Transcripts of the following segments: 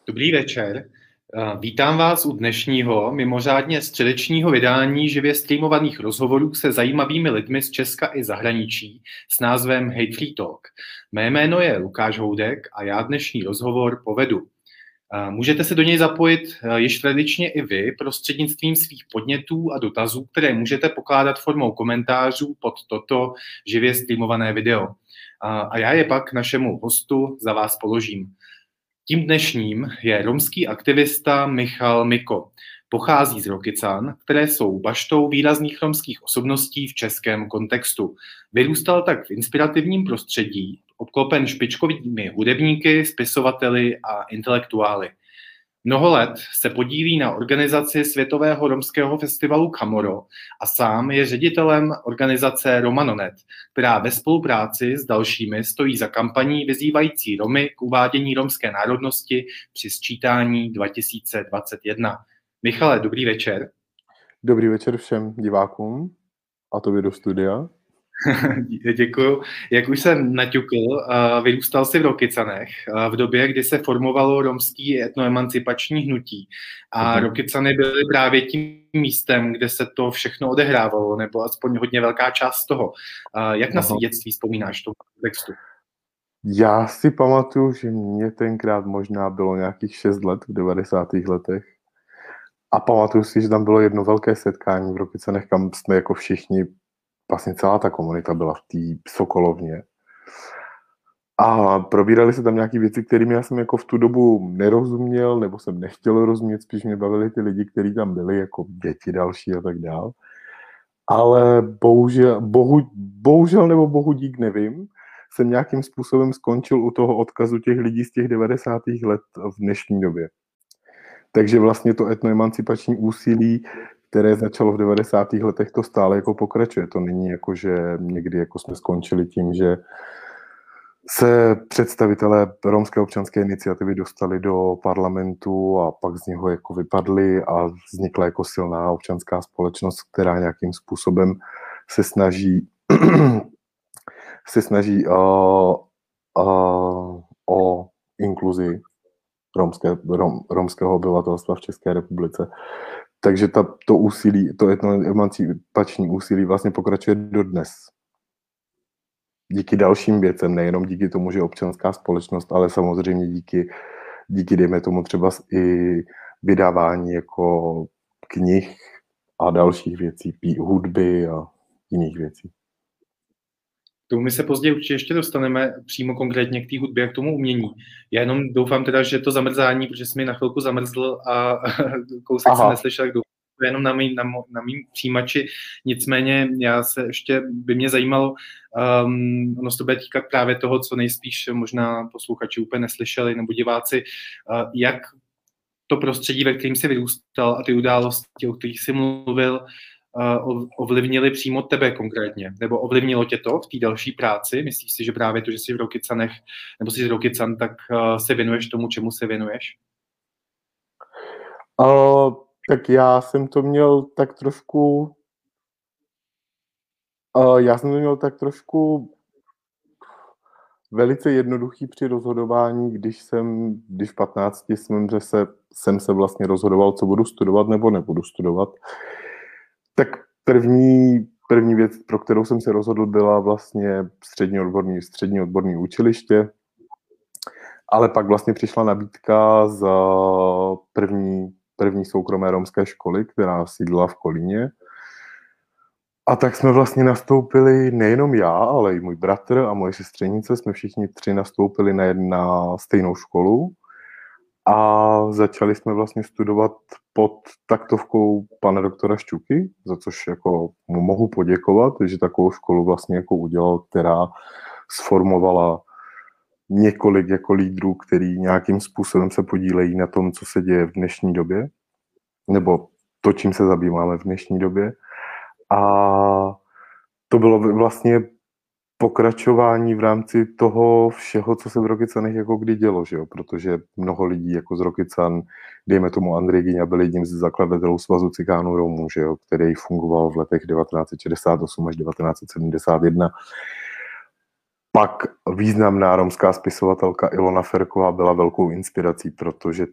Dobrý večer. Vítám vás u dnešního mimořádně středečního vydání živě streamovaných rozhovorů se zajímavými lidmi z Česka i zahraničí s názvem Hate Free Talk. Mé jméno je Lukáš Houdek a já dnešní rozhovor povedu. Můžete se do něj zapojit již tradičně i vy prostřednictvím svých podnětů a dotazů, které můžete pokládat formou komentářů pod toto živě streamované video. A já je pak našemu hostu za vás položím. Tím dnešním je romský aktivista Michal Miko. Pochází z Rokycan, které jsou baštou výrazných romských osobností v českém kontextu. Vyrůstal tak v inspirativním prostředí, obklopen špičkovými hudebníky, spisovateli a intelektuály. Mnoho let se podílí na organizaci Světového romského festivalu Kamoro a sám je ředitelem organizace Romanonet, která ve spolupráci s dalšími stojí za kampaní vyzývající Romy k uvádění romské národnosti při sčítání 2021. Michale, dobrý večer. Dobrý večer všem divákům a tobě do studia. Děkuju. Jak už jsem naťukl, vyrůstal jsi v Rokycanech v době, kdy se formovalo romský etnoemancipační hnutí. A Rokycany byly právě tím místem, kde se to všechno odehrávalo, nebo aspoň hodně velká část z toho. Jak na svý dětství vzpomínáš v tom textu? Já si pamatuju, že mě tenkrát možná bylo nějakých 6 let v 90. letech. A pamatuju si, že tam bylo jedno velké setkání v Rokycanech, kam jsme jako všichni, vlastně celá ta komunita byla v té Sokolovně. A probírali se tam nějaké věci, kterým já jsem jako v tu dobu nerozuměl, nebo jsem nechtěl rozumět, spíš mě bavili ty lidi, kteří tam byli, jako děti další a tak dál. Ale bohužel nebo bohu dík, nevím, jsem nějakým způsobem skončil u toho odkazu těch lidí z těch 90. let v dnešní době. Takže vlastně to etnoemancipační úsilí, které začalo v 90. letech, to stále jako pokračuje. To není jako, že někdy jako jsme skončili tím, že se představitelé romské občanské iniciativy dostali do parlamentu a pak z něho jako vypadli a vznikla jako silná občanská společnost, která nějakým způsobem se snaží o inkluzi romského obyvatelstva v České republice. Takže to úsilí, to etnoemancipační úsilí vlastně pokračuje dodnes. Díky dalším věcem, nejenom díky tomu, že občanská společnost, ale samozřejmě díky dejme tomu třeba i vydávání jako knih a dalších věcí, hudby a jiných věcí. K tomu my se později určitě ještě dostaneme přímo konkrétně k té hudbě a k tomu umění. Já jenom doufám teda, že to zamrzání, protože jsi mi na chvilku zamrzl a kousek jsem neslyšel, jenom na mým přijímači. Nicméně by mě zajímalo, ono se to bude týkat právě toho, co nejspíš možná posluchači úplně neslyšeli, nebo diváci, jak to prostředí, ve kterém jsi vyrůstal a ty události, o kterých jsi mluvil, ovlivnili přímo tebe konkrétně? Nebo ovlivnilo tě to v té další práci? Myslíš si, že právě to, že jsi v Rokycanech, nebo jsi z Rokycan, tak se věnuješ tomu, čemu se věnuješ? Tak já jsem to měl tak trošku velice jednoduchý při rozhodování, když v 15 jsem se vlastně rozhodoval, co budu studovat nebo nebudu studovat. Tak první věc, pro kterou jsem se rozhodl, byla vlastně střední odborné učiliště, ale pak vlastně přišla nabídka z první soukromé romské školy, která sídlila v Kolíně. A tak jsme vlastně nastoupili, nejenom já, ale i můj bratr a moje sestřenice, jsme všichni 3 nastoupili na stejnou školu a začali jsme vlastně studovat pod taktovkou pana doktora Šťuky, za což jako mu mohu poděkovat, že takovou školu vlastně jako udělal, která sformovala několik jako lídrů, který nějakým způsobem se podílejí na tom, co se děje v dnešní době, nebo to, čím se zabýváme v dnešní době. A to bylo vlastně pokračování v rámci toho všeho, co se v Rokycanech jako kdy dělo, že jo? Protože mnoho lidí jako z Rokycan, dejme tomu Andrej Gyňa, byl jedním z zakladatelů Svazu cikánů Romů, že jo? Který fungoval v letech 1968 až 1971. Pak významná romská spisovatelka Ilona Ferková byla velkou inspirací, protože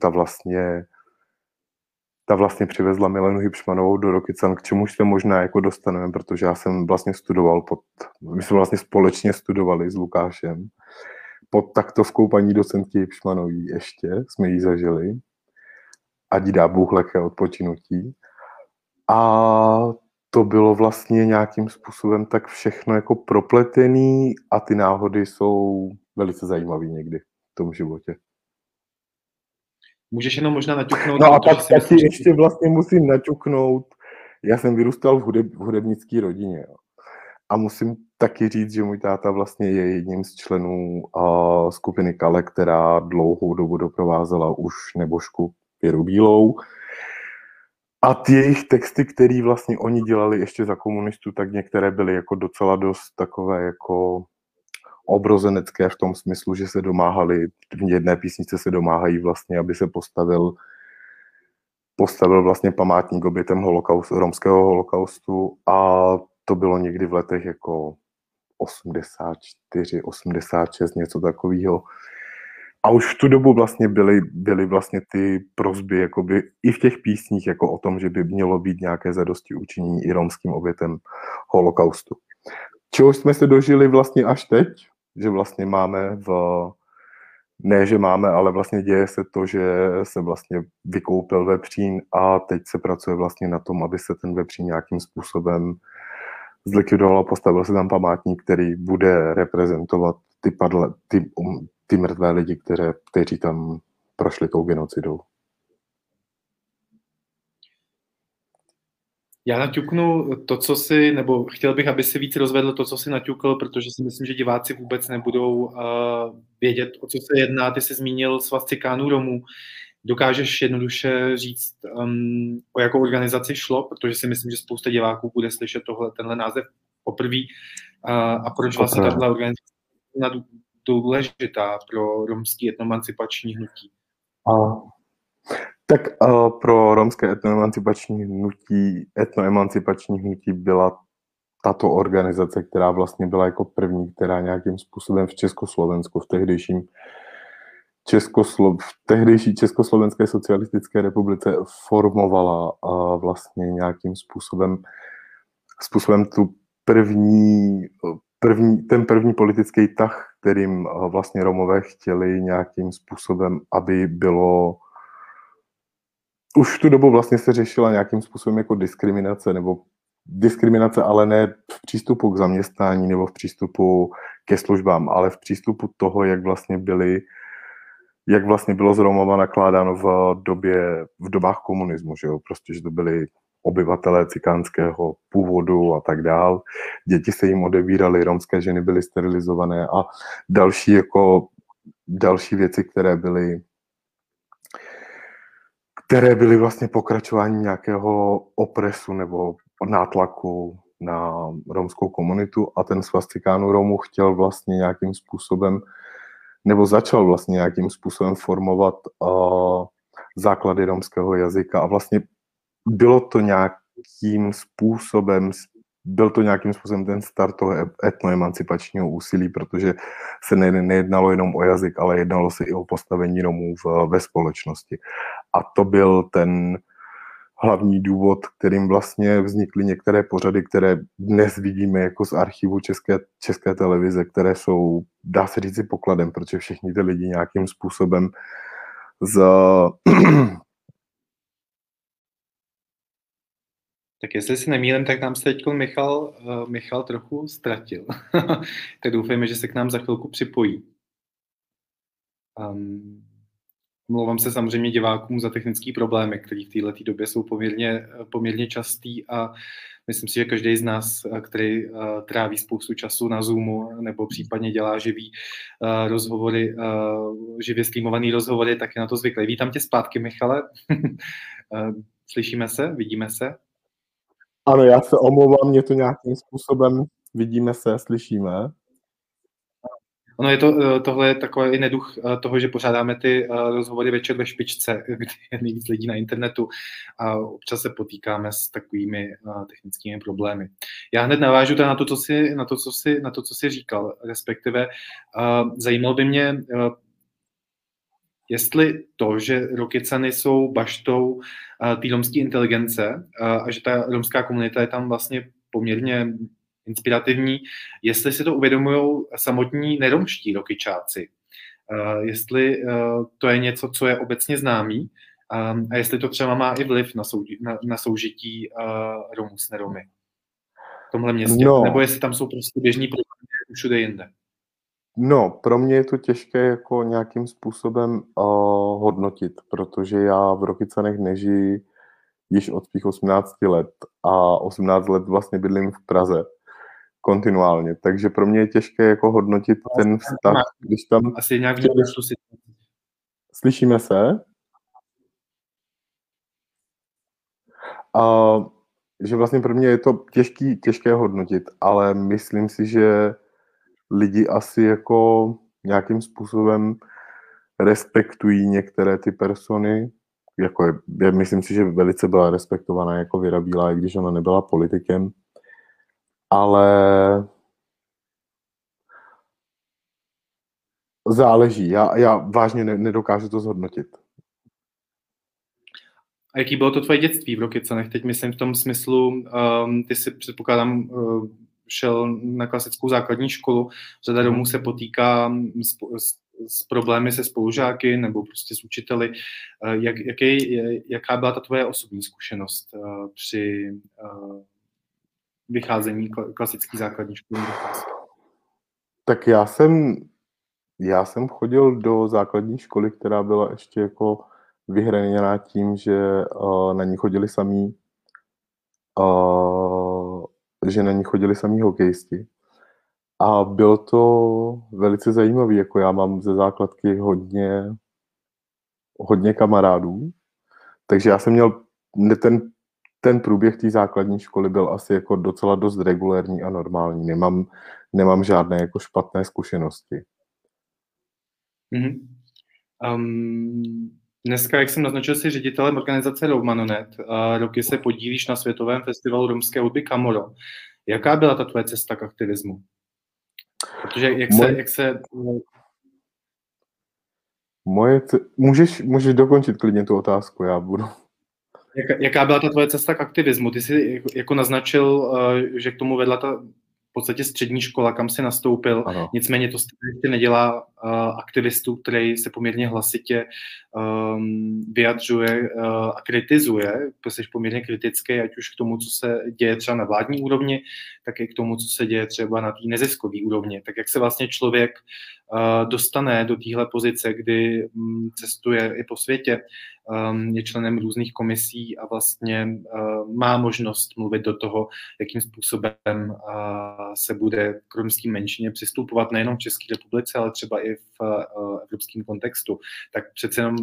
ta vlastně přivezla Milenu Hybšmanovou do Rokycan, k čemuž se možná jako dostaneme, protože já jsem vlastně studoval my jsme vlastně společně studovali s Lukášem pod taktovkou paní docentky Hybšmanový ještě, jsme ji zažili. Ať dá Bůh lehké odpočinutí. A to bylo vlastně nějakým způsobem tak všechno jako propletený a ty náhody jsou velice zajímavé někdy v tom životě. Můžeš jenom možná naťuknout? No a pak taky ještě vlastně musím naťuknout. Já jsem vyrůstal v hudebnické rodině. Jo. A musím taky říct, že můj táta vlastně je jedním z členů skupiny Kale, která dlouhou dobu doprovázela už Nebožku Věru Bílou. A ty jejich texty, které vlastně oni dělali ještě za komunistů, tak některé byly jako docela dost takové jako obrozenecké v tom smyslu, že se domáhali, v jedné písničce se domáhají vlastně, aby se postavil vlastně památník obětem romského holokaustu a to bylo někdy v letech jako 84, 86, něco takového. A už v tu dobu vlastně byly vlastně ty prosby jakoby i v těch písních jako o tom, že by mělo být nějaké zadosti učinění i romským obětem holokaustu. Čeho jsme se dožili vlastně až teď, že vlastně ale vlastně děje se to, že se vlastně vykoupil vepřín a teď se pracuje vlastně na tom, aby se ten vepřín nějakým způsobem zlikvidoval a postavil se tam památník, který bude reprezentovat ty mrtvé lidi, kteří tam prošli tou genocidou. Já naťuknu to, nebo chtěl bych, aby si víc rozvedl to, co si naťukl, protože si myslím, že diváci vůbec nebudou vědět, o co se jedná. Ty jsi zmínil Svaz cikánů Romů. Dokážeš jednoduše říct, o jakou organizaci šlo, protože si myslím, že spousta diváků bude slyšet tenhle název poprvé. A proč vlastně tato organizace je důležitá pro romský etnoemancipační hnutí? Tak pro romské etnoemancipační hnutí byla tato organizace, která vlastně byla jako první, která nějakým způsobem v Československu, v tehdejší Československé socialistické republice formovala vlastně nějakým způsobem ten první politický tah, kterým vlastně Romové chtěli nějakým způsobem, aby bylo. Už v tu dobu vlastně se řešila nějakým způsobem jako diskriminace, ale ne v přístupu k zaměstnání nebo v přístupu ke službám, ale v přístupu toho, jak vlastně bylo s Romama nakládáno v dobách komunismu, že jo? Prostě, že to byli obyvatelé cikánského původu a tak dál. Děti se jim odebíraly, romské ženy byly sterilizované a další věci, které byly vlastně pokračováním nějakého opresu nebo nátlaku na romskou komunitu a ten Svaz cikánů Romů chtěl vlastně nějakým způsobem nebo začal vlastně nějakým způsobem formovat základy romského jazyka a vlastně byl to nějakým způsobem ten start toho etnoemancipačního úsilí, protože se nejednalo jenom o jazyk, ale jednalo se i o postavení Romů ve společnosti. A to byl ten hlavní důvod, kterým vlastně vznikly některé pořady, které dnes vidíme jako z archivu české televize, které jsou, dá se říct, pokladem, protože všichni ty lidi nějakým způsobem Tak jestli si nemýlím, tak nám se teď Michal trochu ztratil. Tak doufejme, že se k nám za chvilku připojí. Mluvám se samozřejmě divákům za technické problémy, které v této době jsou poměrně častý a myslím si, že každý z nás, který tráví spoustu času na Zoomu nebo případně dělá živě streamovaný rozhovory, tak je na to zvyklý. Vítám tě zpátky, Michale. Slyšíme se? Vidíme se? Ano, já se omlouvám, mě to nějakým způsobem vidíme se, slyšíme. Ono je to, tohle je takový neduch toho, že pořádáme ty rozhovory večer ve špičce, kde je nejvíc lidí na internetu a občas se potýkáme s takovými technickými problémy. Já hned navážu na to, co jsi říkal, respektive zajímal by mě, jestli to, že Rokycany jsou baštou té romské inteligence a že ta romská komunita je tam vlastně poměrně inspirativní, jestli si to uvědomují samotní neromští Rokyčáci, jestli to je něco, co je obecně známý a jestli to třeba má i vliv na soužití Romů s neromy v tomhle městě, nebo jestli tam jsou prostě běžní problémy všude jinde. No, pro mě je to těžké jako nějakým způsobem hodnotit, protože já v Rokycanech nežiji již od svých 18 let a 18 let vlastně bydlím v Praze kontinuálně, takže pro mě je těžké jako hodnotit ten vztah, když tam... Asi nějak Slyšíme se? Že vlastně pro mě je to těžké hodnotit, ale myslím si, že lidi asi jako nějakým způsobem respektují některé ty persony, jako myslím si, že velice byla respektovaná jako Věra Bílá, i když ona nebyla politikem, ale záleží. Já vážně nedokážu to zhodnotit. A jaký bylo to tvoje dětství v Rokycanech? Teď myslím v tom smyslu, ty si předpokládám, šel na klasickou základní školu, řada Romů se potýká s problémy se spolužáky nebo prostě s učiteli. Jaká byla ta tvoje osobní zkušenost při vycházení klasické základní školy? Tak já jsem chodil do základní školy, která byla ještě jako vyhraněná tím, že na ní chodili samí hokejisti. A bylo to velice zajímavé, jako já mám ze základky hodně kamarádů, takže já jsem měl ten průběh té základní školy byl asi jako docela dost regulérní a normální. Nemám žádné jako špatné zkušenosti. Mm-hmm. Dneska, jak jsem naznačil, jsi ředitelem organizace Romanonet. Roky se podílíš na Světovém festivalu romské hudby Camoro. Jaká byla ta tvoje cesta k aktivismu? Protože Můžeš dokončit klidně tu otázku, já budu. Jaká byla ta tvoje cesta k aktivismu? Ty jsi jako naznačil, že k tomu vedla ta v podstatě střední škola, kam jsi nastoupil. Ano. Nicméně to ještě nedělá aktivistu, který se poměrně hlasitě vyjadřuje a kritizuje, protože jsi poměrně kritický, ať už k tomu, co se děje třeba na vládní úrovni, tak i k tomu, co se děje třeba na té neziskové úrovni. Tak jak se vlastně člověk dostane do téhle pozice, kdy cestuje i po světě, je členem různých komisí a vlastně má možnost mluvit do toho, jakým způsobem se bude k romské menšině přistupovat nejenom v České republice, ale třeba i v evropském kontextu. Tak přece jenom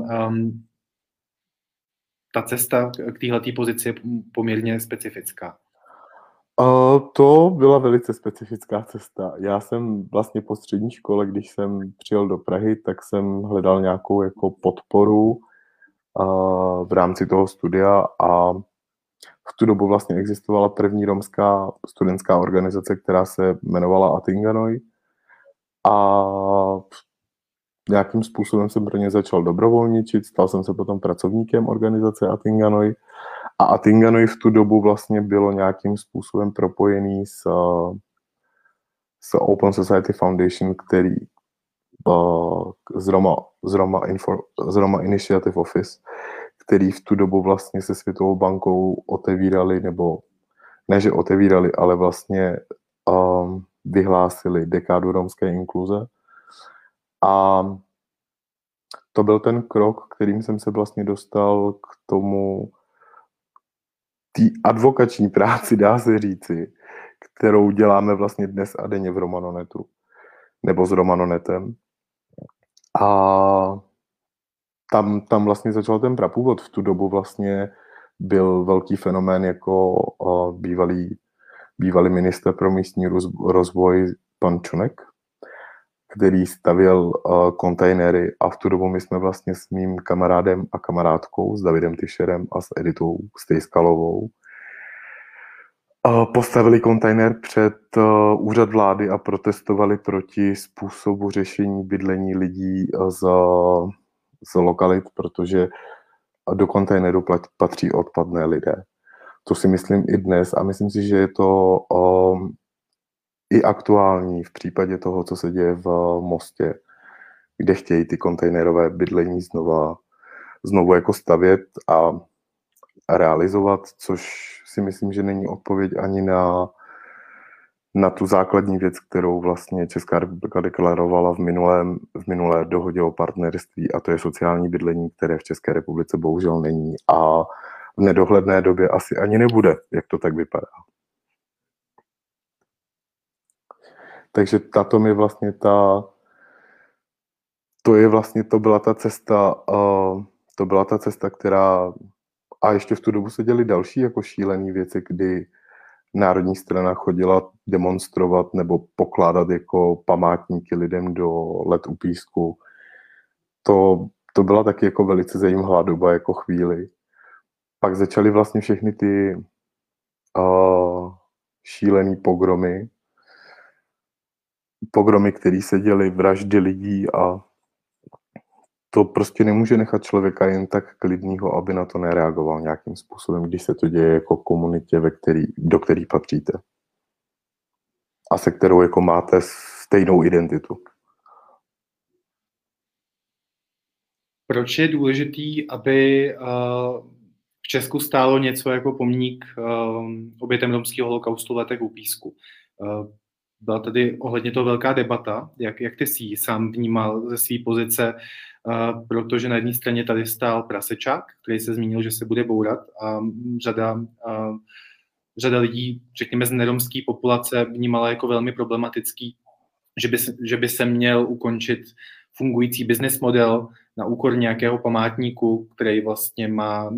ta cesta k téhleté pozici je poměrně specifická. To byla velice specifická cesta. Já jsem vlastně po střední škole, když jsem přijel do Prahy, tak jsem hledal nějakou jako podporu v rámci toho studia a v tu dobu vlastně existovala první romská studentská organizace, která se jmenovala Atinganoj a nějakým způsobem jsem pro ně začal dobrovolničit, stal jsem se potom pracovníkem organizace Atinganoj a Atinganoj v tu dobu vlastně bylo nějakým způsobem propojený s Open Society Foundation, který z Roma Initiative Office, který v tu dobu vlastně se Světovou bankou otevírali, nebo ne, že otevírali, ale vlastně vyhlásili dekádu romské inkluze. A to byl ten krok, kterým jsem se vlastně dostal k tomu, té advokační práci, dá se říci, kterou děláme vlastně dnes a denně v Romanonetu, nebo s Romanonetem. A tam vlastně začal ten prapůvod. V tu dobu vlastně byl velký fenomén jako bývalý ministr pro místní rozvoj pan Čunek, který stavěl kontejnery a v tu dobu my jsme vlastně s mým kamarádem a kamarádkou, s Davidem Tyšerem a s Editou Stejskalovou, postavili kontejner před úřad vlády a protestovali proti způsobu řešení bydlení lidí z lokalit, protože do kontejneru patří odpadné lidé. To si myslím i dnes a myslím si, že je to i aktuální v případě toho, co se děje v Mostě, kde chtějí ty kontejnerové bydlení znovu jako stavět a realizovat, což si myslím, že není odpověď ani na tu základní věc, kterou vlastně Česká republika deklarovala v minulé dohodě o partnerství, a to je sociální bydlení, které v České republice bohužel není a v nedohledné době asi ani nebude, jak to tak vypadá. Takže tato je vlastně to byla ta cesta, která, a ještě v tu dobu se děly další jako šílené věci, kdy Národní strana chodila demonstrovat nebo pokládat jako památníky lidem do Let u Písku. To byla taky jako velice zajímavá doba jako chvíli. Pak začaly vlastně všechny ty šílený pogromy, které se děly, vraždy lidí, a to prostě nemůže nechat člověka jen tak klidnýho, aby na to nereagoval nějakým způsobem, když se to děje jako komunitě, do které patříte. A se kterou jako máte stejnou identitu. Proč je důležitý, aby v Česku stálo něco jako pomník obětem romského holokaustu v Letech u Písku? Byla tady ohledně toho velká debata. Jak ty jsi ji sám vnímal ze své pozice, protože na jedné straně tady stál Prasečák, který se zmínil, že se bude bourat, a řada lidí, řekněme z neromské populace, vnímala jako velmi problematický, že by se měl ukončit fungující business model na úkor nějakého památníku, který vlastně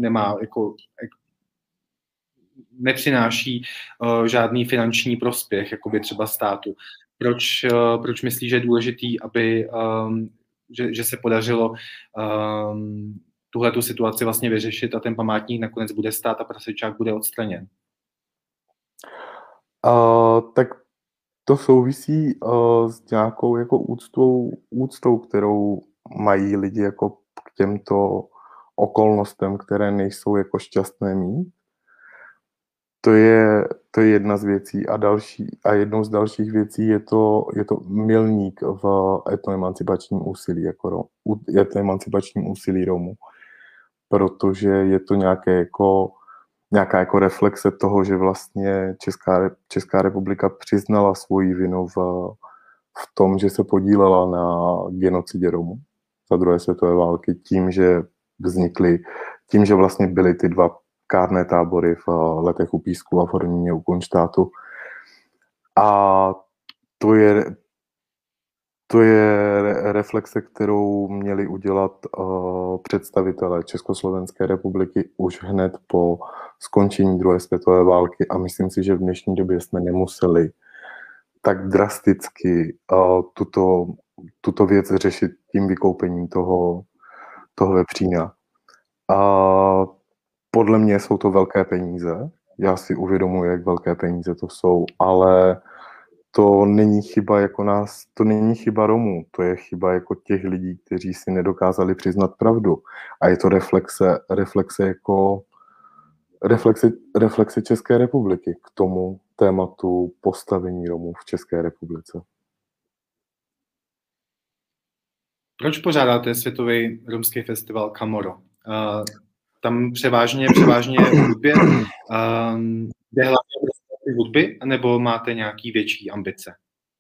nepřináší žádný finanční prospěch, jakoby třeba státu. Proč myslíš, že je důležitý, že se podařilo tuhletu situaci vlastně vyřešit a ten památník nakonec bude stát a Prasečák bude odstraněn? Tak to souvisí s nějakou jako úctou, kterou mají lidi jako k těmto okolnostem, které nejsou jako šťastné mít. To je jedna z věcí a jednou z dalších věcí je to milník v etnoemancipačním úsilí Romů, protože je to nějaká jako reflexe toho, že vlastně Česká republika přiznala svoji vinu v tom, že se podílela na genocidě Romů za druhé světové války tím, že vlastně byly ty dva kárné tábory v Letech u Písku a v Horníně u Kunštátu. A to je reflexe, kterou měli udělat představitelé Československé republiky už hned po skončení druhé světové války, a myslím si, že v dnešní době jsme nemuseli tak drasticky tuto věc řešit tím vykoupením toho vepřína. Podle mě jsou to velké peníze. Já si uvědomuji, jak velké peníze to jsou, ale to není chyba jako nás, to není chyba Romů, to je chyba jako těch lidí, kteří si nedokázali přiznat pravdu. A je to reflexe České republiky k tomu tématu postavení Romů v České republice. Proč pořádáte Světový romský festival Kamoro? Tam převážně hudbě. Jde hlavně o hudby, nebo máte nějaký větší ambice?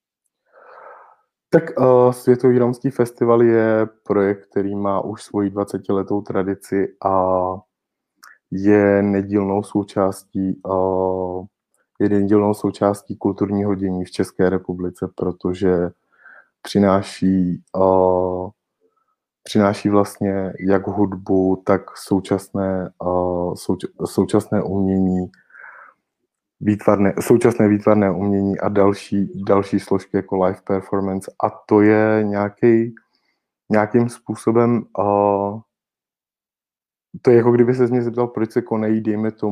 Tak Světový romský festival je projekt, který má už svoji 20letou tradici a je nedílnou součástí kulturního dění v České republice, protože přináší vlastně jak hudbu, tak současné umění současné výtvarné umění a další složky jako live performance. A to je nějakým způsobem, to je jako kdyby se mě zeptal, proč se konají,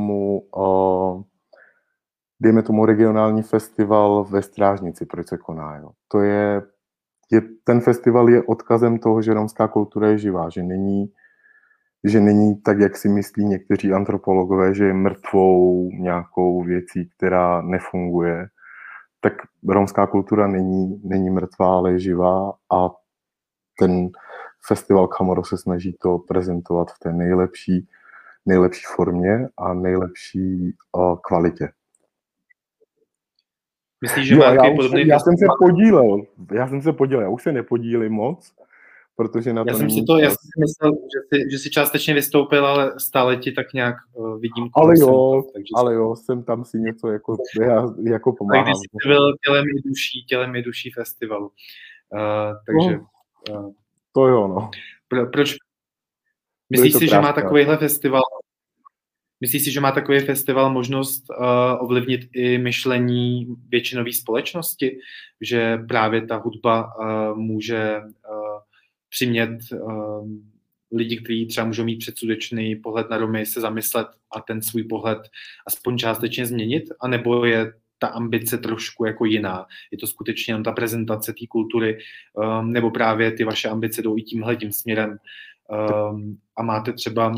dejme tomu regionální festival ve Strážnici, proč se koná. Jo. Ten festival je odkazem toho, že romská kultura je živá, že není tak, jak si myslí někteří antropologové, že je mrtvou nějakou věcí, která nefunguje. Tak romská kultura není mrtvá, ale je živá a ten festival Kamoro se snaží to prezentovat v té nejlepší formě a nejlepší kvalitě. Myslíš, že má takový podobný já jsem se podílel, já už se nepodílím moc, protože na to není Já jsem si myslel, že jsi částečně vystoupil, ale stále ti tak nějak vidím. Ale jo, jsem tam si něco jako pomáhám. Tak když jsi byl tělem i duší festivalu. Takže... to jo, no. Proč? Myslíš si, že má takovýhle festival? Myslíš si, že má takový festival možnost ovlivnit i myšlení většinové společnosti? Že právě ta hudba může přimět lidi, kteří třeba můžou mít předsudečný pohled na Romy, se zamyslet a ten svůj pohled aspoň částečně změnit? A nebo je ta ambice trošku jako jiná? Je to skutečně jen ta prezentace té kultury? Nebo právě ty vaše ambice jdou i tímhletím směrem? A máte třeba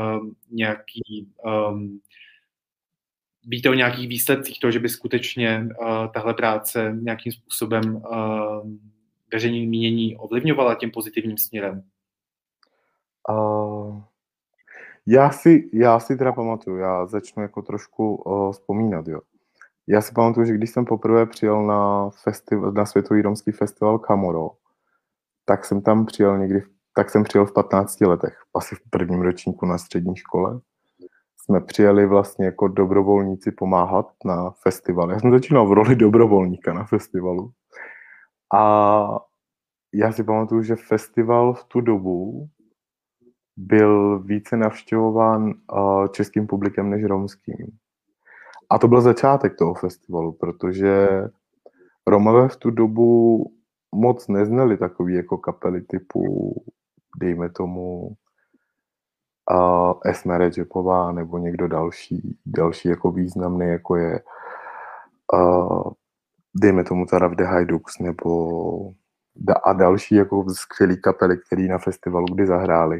víte o nějakých výsledcích toho, že by skutečně tahle práce nějakým způsobem veřejné mínění ovlivňovala tím pozitivním směrem? Já si teda pamatuju, já začnu jako trošku vzpomínat, jo. Já si pamatuju, že když jsem poprvé přijel na Světový romský festival Kamoro, tak jsem přijel v 15 letech, asi v prvním ročníku na střední škole. Jsme přijeli vlastně jako dobrovolníci pomáhat na festival. Já jsem začínal v roli dobrovolníka na festivalu. A já si pamatuju, že festival v tu dobu byl více navštěvován českým publikem než romským. A to byl začátek toho festivalu, protože Romové v tu dobu moc neznali takový jako kapely typu, dejme tomu, Esme Redžepová nebo někdo další jako významný, jako je dejme tomu teda The Hajdux nebo a další jako skvělý kapely, který na festivalu kdy zahráli.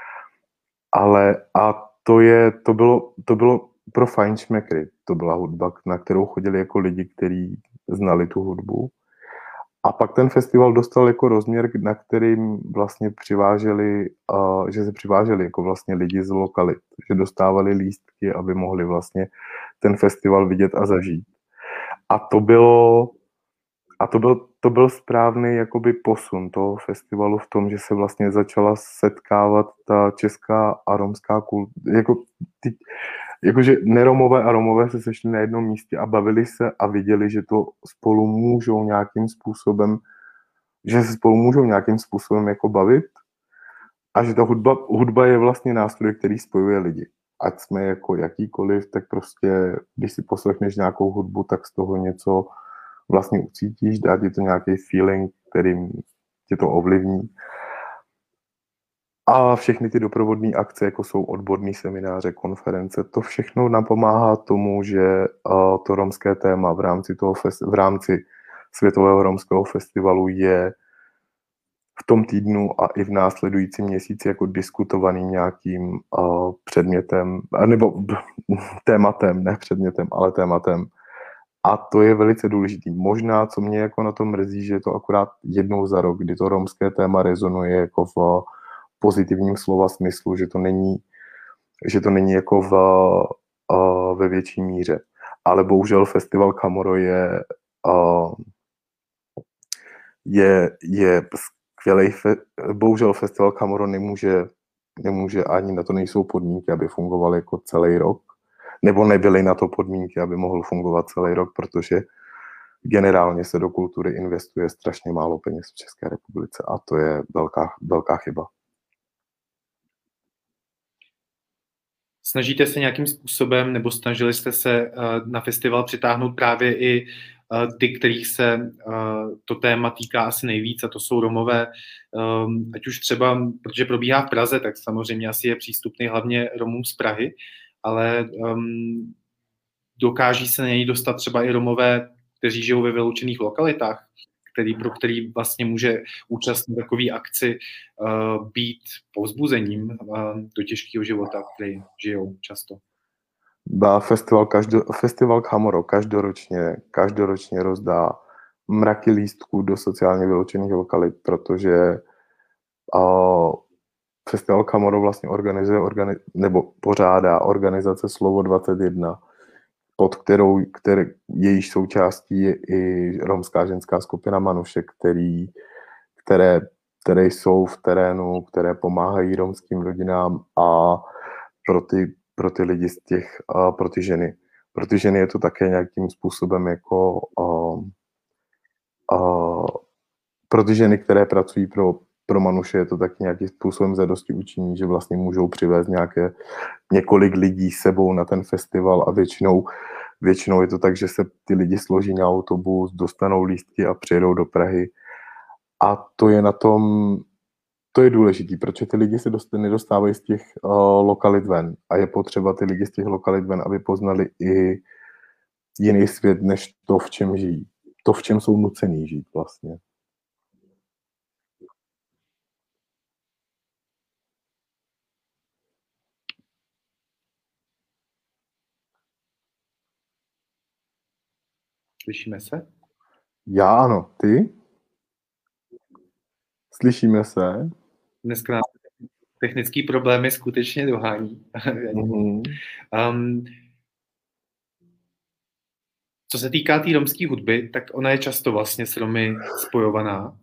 To bylo pro fajnšmekry. To byla hudba, na kterou chodili jako lidi, kteří znali tu hudbu. A pak ten festival dostal jako rozměr, na kterým vlastně že se přiváželi jako vlastně lidi z lokalit, že dostávali lístky, aby mohli vlastně ten festival vidět a zažít. A to byl správný jakoby posun toho festivalu v tom, že se vlastně začala setkávat ta česká a romská kultura, jakože neromové a romové se sešli na jednom místě a bavili se a viděli, že to spolu můžou nějakým způsobem jako bavit a že ta hudba je vlastně nástroj, který spojuje lidi. Ať jsme jako jakýkoliv, tak prostě, když si poslechneš nějakou hudbu, tak z toho něco vlastně ucítíš, dá ti to nějaký feeling, kterým tě to ovlivní. A všechny ty doprovodné akce, jako jsou odborné semináře, konference, to všechno napomáhá tomu, že to romské téma v rámci Světového romského festivalu je v tom týdnu a i v následujícím měsíci jako diskutovaný nějakým předmětem, nebo tématem, ne předmětem, ale tématem. A to je velice důležitý. Možná, co mě jako na to mrzí, že je to akorát jednou za rok, kdy to romské téma rezonuje jako v pozitivním slova smyslu, že to není jako ve větší míře. Ale bohužel festival Kamoro je skvělej. Bohužel festival Kamoro nemůže, ani na to nejsou podmínky, aby fungoval jako celý rok. Nebo nebyly na to podmínky, aby mohl fungovat celý rok, protože generálně se do kultury investuje strašně málo peněz v České republice a to je velká chyba. Snažíte se nějakým způsobem, nebo snažili jste se na festival přitáhnout právě i ty, kterých se to téma týká asi nejvíc, a to jsou Romové, ať už třeba, protože probíhá v Praze, tak samozřejmě asi je přístupný hlavně Romům z Prahy, ale dokáží se na něj dostat třeba i Romové, kteří žijou ve vyloučených lokalitách, pro který vlastně může účast na takové akci být povzbuzením do těžkého života, který žijou často. Festival Chamorro každoročně rozdá mraky lístků do sociálně vyloučených lokalit, protože Festival Chamorro vlastně nebo pořádá organizace Slovo 21, pod jejíž součástí je i romská ženská skupina Manuše, které jsou v terénu, které pomáhají romským rodinám a pro ty lidi pro ty ženy. Pro ty ženy je to také nějakým způsobem jako pro ty ženy, které pracují pro Manuše, je to taky nějakým způsobem zadosti učiní, že vlastně můžou přivést několik lidí s sebou na ten festival a většinou je to tak, že se ty lidi složí na autobus, dostanou lístky a přijedou do Prahy. A to je důležitý, protože ty lidi se nedostávají z těch lokalit ven a je potřeba ty lidi z těch lokalit ven, aby poznali i jiný svět, než to, v čem žijí. To, v čem jsou nucený žít vlastně. Slyšíme se? Já ano, ty? Slyšíme se? Dneska nás technický problémy skutečně dohání. Co se týká té romské hudby, tak ona je často vlastně s Romy spojovaná.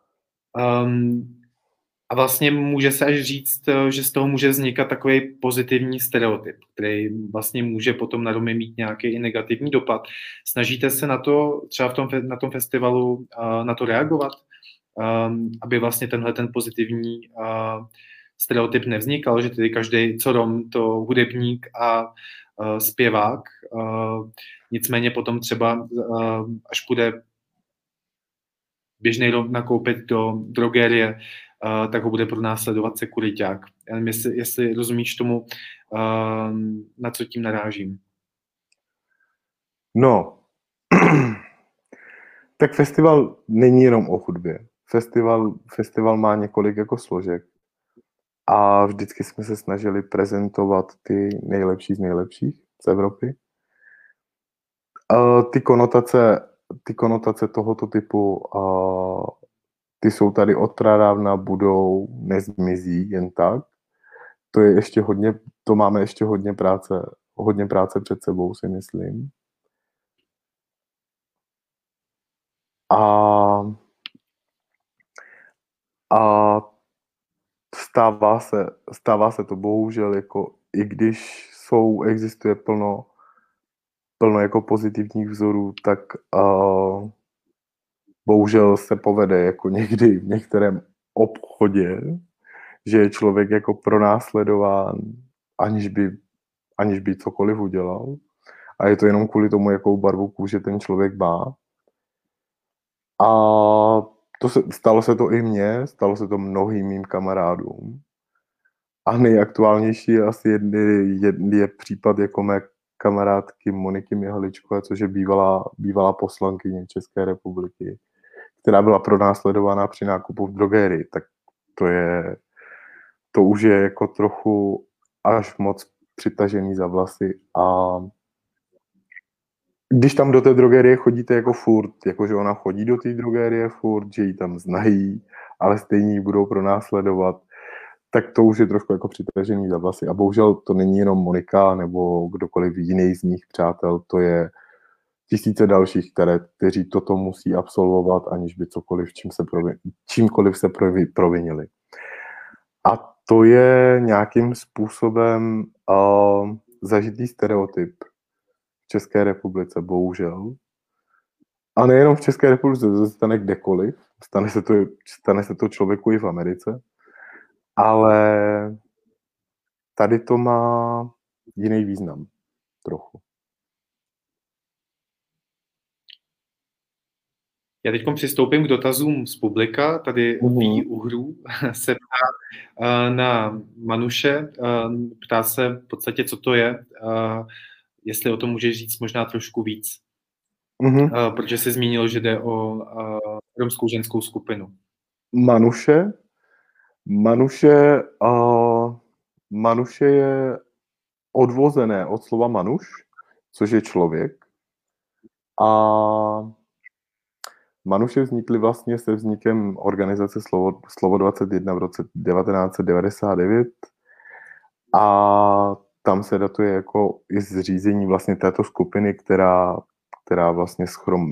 A vlastně může se až říct, že z toho může vznikat takový pozitivní stereotyp, který vlastně může potom na Romy mít nějaký i negativní dopad. Snažíte se na to třeba na tom festivalu na to reagovat, aby vlastně ten pozitivní stereotyp nevznikal, že tedy každý, co Rom, to hudebník a zpěvák. Nicméně potom třeba, až půjde běžný Rom nakoupit do drogerie, tak ho bude pronásledovat sekuriťák. Já nevím, jestli rozumíš tomu, na co tím narážím. No, tak festival není jenom o hudbě. Festival má několik jako složek a vždycky jsme se snažili prezentovat ty nejlepší z nejlepších z Evropy. Ty konotace tohoto typu, ty jsou tady od pradávna, budou, nezmizí jen tak. To máme ještě hodně práce před sebou, si myslím. A stává se to bohužel, jako i když existuje plno jako pozitivních vzorů, tak bohužel se povede jako někdy v některém obchodě, že je člověk jako pronásledován, aniž by cokoliv udělal. A je to jenom kvůli tomu, jakou barvu kůže ten člověk má. A stalo se to i mně, stalo se to mnohým mým kamarádům. A nejaktuálnější je asi je případ jako mé kamarádky Moniky Mihaličkové, což je bývalá poslankyně České republiky, která byla pronásledována při nákupu v drogerii. Tak to už je jako trochu až moc přitažený za vlasy. A když tam do té drogerie chodíte jako furt, jakože ona chodí do té drogerie furt, že ji tam znají, ale stejně ji budou pronásledovat, tak to už je trošku jako přitažený za vlasy. A bohužel to není jenom Monika nebo kdokoliv jiný z mých přátel, to je tisíce dalších, kteří toto musí absolvovat, aniž by čímkoliv se provinili. A to je nějakým způsobem zažitý stereotyp v České republice, bohužel. A nejenom v České republice, to se stane kdekoliv. Stane se to člověku i v Americe. Ale tady to má jiný význam trochu. Já teď přistoupím k dotazům z publika. Tady Ví Uhrů se ptá na Manuše. Ptá se v podstatě, co to je. Jestli o tom můžeš říct možná trošku víc. Protože jsi zmínil, že jde o romskou ženskou skupinu. Manuše je odvozené od slova manuš, což je člověk. A Manuše vznikly vlastně se vznikem organizace Slovo 21 v roce 1999 a tam se datuje jako i zřízení vlastně této skupiny, která vlastně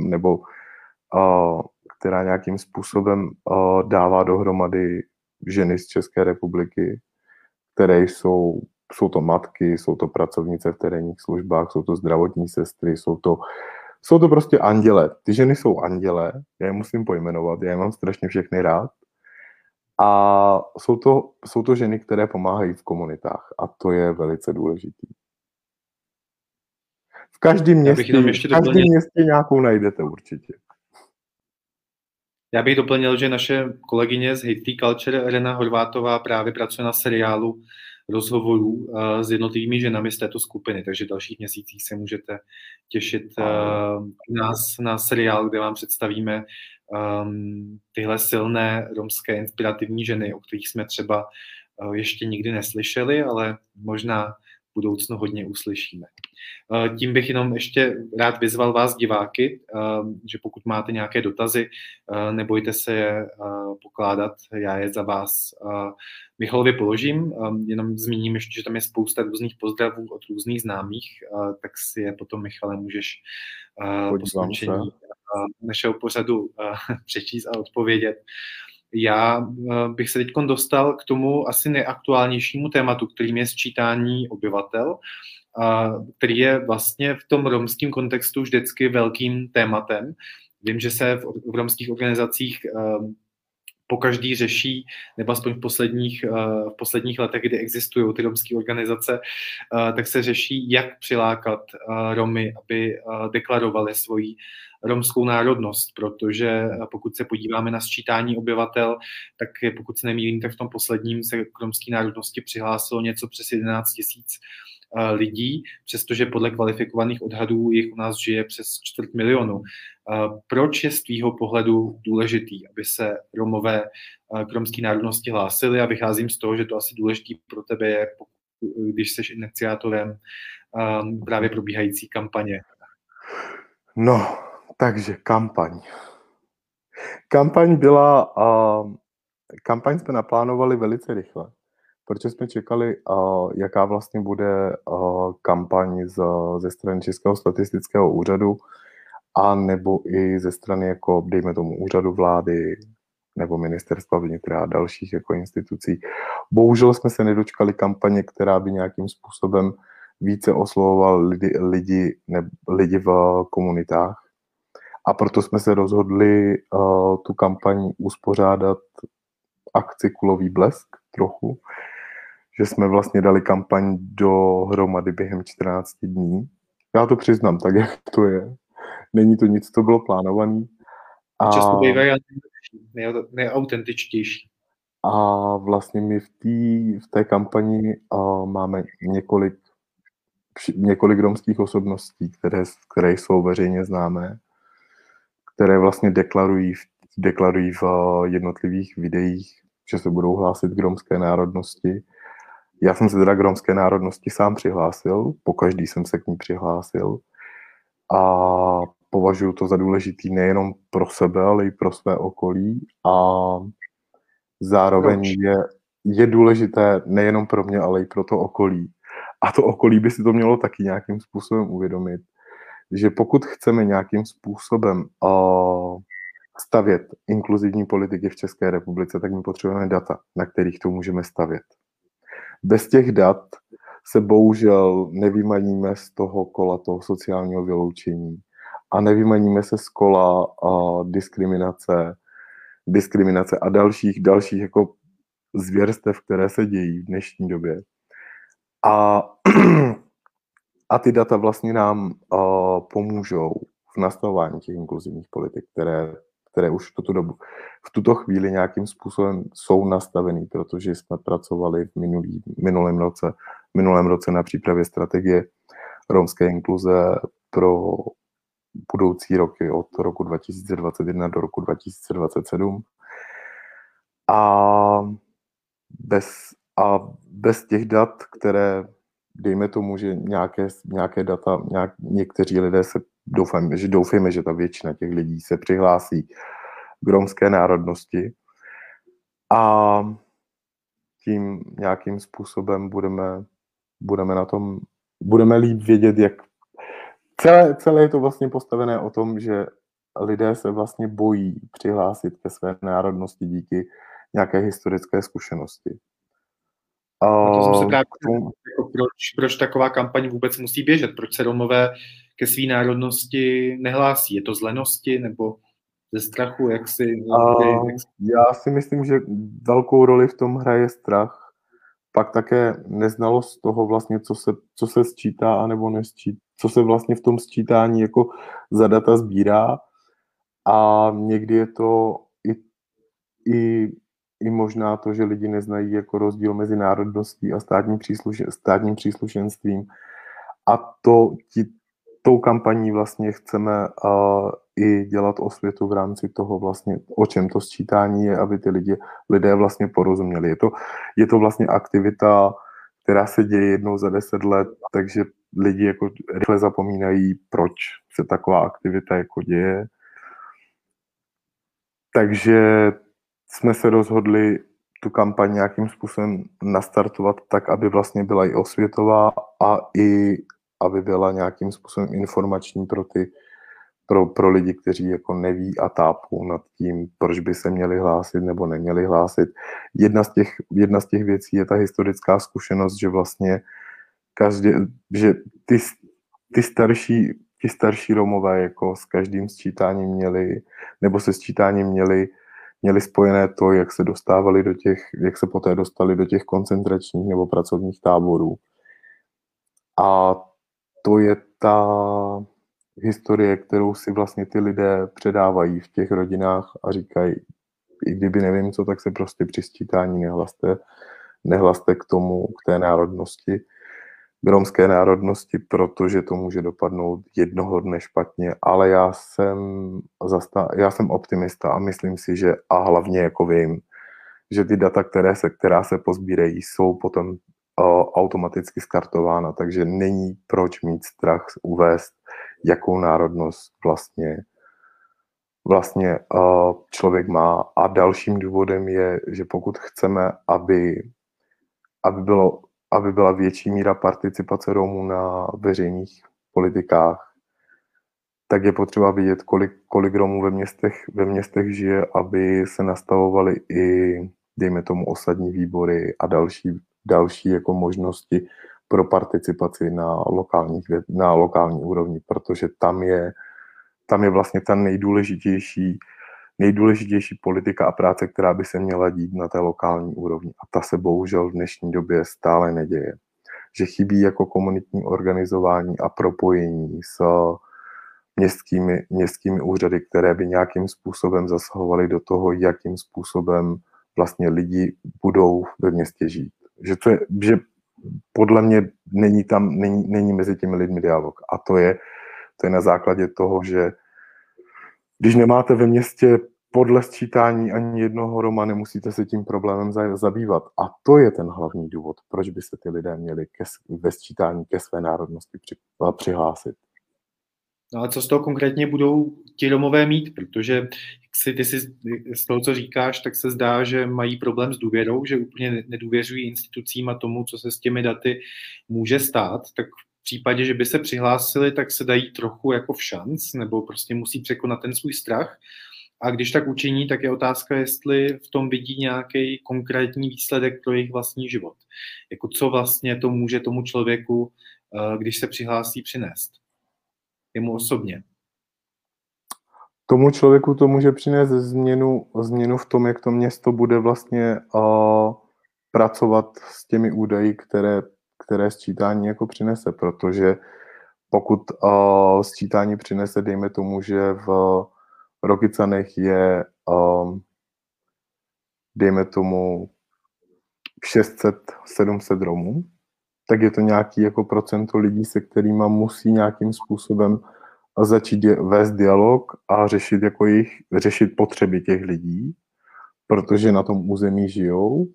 která nějakým způsobem dává dohromady ženy z České republiky, které jsou to matky, jsou to pracovnice v terénních službách, jsou to zdravotní sestry, jsou to prostě anděle. Ty ženy jsou anděle, já je musím pojmenovat, já je mám strašně všechny rád. A jsou to ženy, které pomáhají v komunitách a to je velice důležitý. V každém městě nějakou najdete určitě. Já bych doplnil, že naše kolegyně z Hate Free Culture, Rena Horvátová, právě pracuje na seriálu rozhovorů s jednotlivými ženami z této skupiny, takže v dalších měsících se můžete těšit na seriál, kde vám představíme tyhle silné romské inspirativní ženy, o kterých jsme třeba ještě nikdy neslyšeli, ale možná v budoucnu hodně uslyšíme. Tím bych jenom ještě rád vyzval vás, diváky, že pokud máte nějaké dotazy, nebojte se je pokládat, já je za vás Michalovi položím, jenom zmíním ještě, že tam je spousta různých pozdravů od různých známých, tak si je potom, Michale, můžeš po skončení našeho pořadu přečíst a odpovědět. Já bych se teď dostal k tomu asi nejaktuálnějšímu tématu, kterým je sčítání obyvatel, který je vlastně v tom romském kontextu vždycky velkým tématem. Vím, že se v romských organizacích pokaždý řeší, nebo aspoň v posledních letech, kdy existují ty romské organizace, tak se řeší, jak přilákat Romy, aby deklarovali svoji romskou národnost, protože pokud se podíváme na sčítání obyvatel, tak pokud se nemýlím, tak v tom posledním se k romské národnosti přihlásilo něco přes 11 000 lidí, přestože podle kvalifikovaných odhadů jich u nás žije přes 250 000. Proč je z tvýho pohledu důležitý, aby se Romové k romské národnosti hlásili? A vycházím z toho, že to asi důležitý pro tebe je, když jsi iniciátorem právě probíhající kampaně. No, takže kampaň. Kampaň jsme naplánovali velice rychle, protože jsme čekali, jaká vlastně bude kampaň ze strany Českého statistického úřadu a nebo i ze strany, jako dejme tomu, úřadu vlády nebo ministerstva vnitra a dalších jako institucí. Bohužel jsme se nedočkali kampaně, která by nějakým způsobem více oslovoval lidi v komunitách. A proto jsme se rozhodli tu kampaň uspořádat akci Kulový blesk trochu, že jsme vlastně dali kampaň dohromady během 14 dní. Já to přiznám, tak jak to je. Není to nic, co bylo plánované. Často bývají neautentičtější. A vlastně my v té kampani máme několik romských osobností, které jsou veřejně známé, které vlastně deklarují v jednotlivých videích, že se budou hlásit k romské národnosti. Já jsem se teda k romské národnosti sám přihlásil, pokaždý jsem se k ní přihlásil a považuji to za důležitý nejenom pro sebe, ale i pro své okolí a zároveň je důležité nejenom pro mě, ale i pro to okolí. A to okolí by si to mělo taky nějakým způsobem uvědomit, že pokud chceme nějakým způsobem stavět inkluzivní politiky v České republice, tak my potřebujeme data, na kterých to můžeme stavět. Bez těch dat se bohužel nevymaníme z toho kola toho sociálního vyloučení a nevymaníme se z kola diskriminace a dalších jako zvěrstev, které se dějí v dnešní době. A a ty data vlastně nám pomůžou v nastavování těch inkluzivních politik, které už v tuto chvíli nějakým způsobem jsou nastavený, protože jsme pracovali v minulém roce na přípravě strategie romské inkluze pro budoucí roky od roku 2021 do roku 2027. A bez těch dat, které, dejme tomu, že nějaké data, někteří lidé doufejme, že ta většina těch lidí se přihlásí k romské národnosti a tím nějakým způsobem budeme líp vědět, jak celé je to vlastně postavené o tom, že lidé se vlastně bojí přihlásit ke své národnosti díky nějaké historické zkušenosti. A to jsem se právě jako proč taková kampaň vůbec musí běžet? Proč se Romové ke své národnosti nehlásí? Je to z lenosti nebo ze strachu? Já si myslím, že velkou roli v tom hraje strach. Pak také neznalost toho vlastně, co se sčítá anebo nesčítá, co se vlastně v tom sčítání jako za data sbírá. A někdy je to i možná to, že lidi neznají jako rozdíl mezi národností a státním příslušenstvím. A tou kampaní vlastně chceme i dělat osvětu v rámci toho vlastně, o čem to sčítání je, aby ty lidé vlastně porozuměli. Je to vlastně aktivita, která se děje jednou za 10 let, takže lidi jako rychle zapomínají, proč se taková aktivita jako děje. Takže jsme se rozhodli tu kampaň nějakým způsobem nastartovat tak, aby vlastně byla i osvětová a i aby byla nějakým způsobem informační pro lidi, kteří jako neví a tápou nad tím, proč by se měli hlásit nebo neměli hlásit. Jedna z těch věcí je ta historická zkušenost, že vlastně že ti starší Romové jako s každým sčítáním se sčítáním měli spojené to, jak se poté dostali do těch koncentračních nebo pracovních táborů. A to je ta historie, kterou si vlastně ty lidé předávají v těch rodinách a říkají, i kdyby nevím co, tak se prostě při sčítání nehlaste k té národnosti, k romské národnosti, protože to může dopadnout jednoho dne špatně, ale já jsem optimista a myslím si, že a hlavně jako vím, že ty data, která se pozbírají, jsou potom automaticky skartována, takže není proč mít strach uvést, jakou národnost vlastně člověk má. A dalším důvodem je, že pokud chceme, aby byla větší míra participace Romů na veřejných politikách, tak je potřeba vidět, kolik Romů ve městech žije, aby se nastavovaly i, dejme tomu, osadní výbory a další jako možnosti pro participaci na lokální úrovni, protože tam je vlastně ta nejdůležitější politika a práce, která by se měla dít na té lokální úrovni. A ta se bohužel v dnešní době stále neděje. Že chybí jako komunitní organizování a propojení s městskými úřady, které by nějakým způsobem zasahovaly do toho, jakým způsobem vlastně lidi budou ve městě žít. Že podle mě není mezi těmi lidmi dialog. A to je na základě toho, že když nemáte ve městě podle sčítání ani jednoho Roma, nemusíte se tím problémem zabývat. A to je ten hlavní důvod, proč by se ty lidé měli ve sčítání ke své národnosti přihlásit. No ale co z toho konkrétně budou ti Romové mít? Protože ty si z toho, co říkáš, tak se zdá, že mají problém s důvěrou, že úplně nedůvěřují institucím a tomu, co se s těmi daty může stát. Tak v případě, že by se přihlásili, tak se dají trochu jako v šanc, nebo prostě musí překonat ten svůj strach. A když tak učiní, tak je otázka, jestli v tom vidí nějaký konkrétní výsledek pro jejich vlastní život. Jako co vlastně to může tomu člověku, když se přihlásí, přinést? Jemu osobně. Tomu člověku to může přinést změnu v tom, jak to město bude vlastně pracovat s těmi údaji, které sčítání jako přinese, protože pokud sčítání přinese, dejme tomu, že v Rokycanech je, dejme tomu, 600-700 Romů, tak je to nějaký jako procento lidí, se kterými musí nějakým způsobem začít vést dialog a řešit potřeby těch lidí, protože na tom území žijou.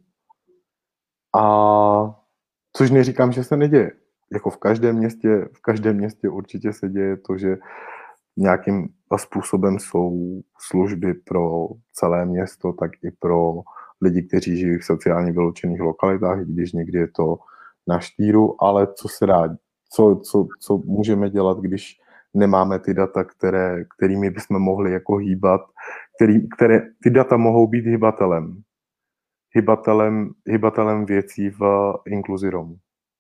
A což neříkám, že se neděje. Jako v každém městě určitě se děje to, že nějakým způsobem jsou služby pro celé město, tak i pro lidi, kteří žijí v sociálně vyloučených lokalitách, i když někdy je to na štíru, ale co se dá, co můžeme dělat, když nemáme ty data, kterými bychom mohli jako hýbat, ty data mohou být hybatelem věcí v inkluzi Romů.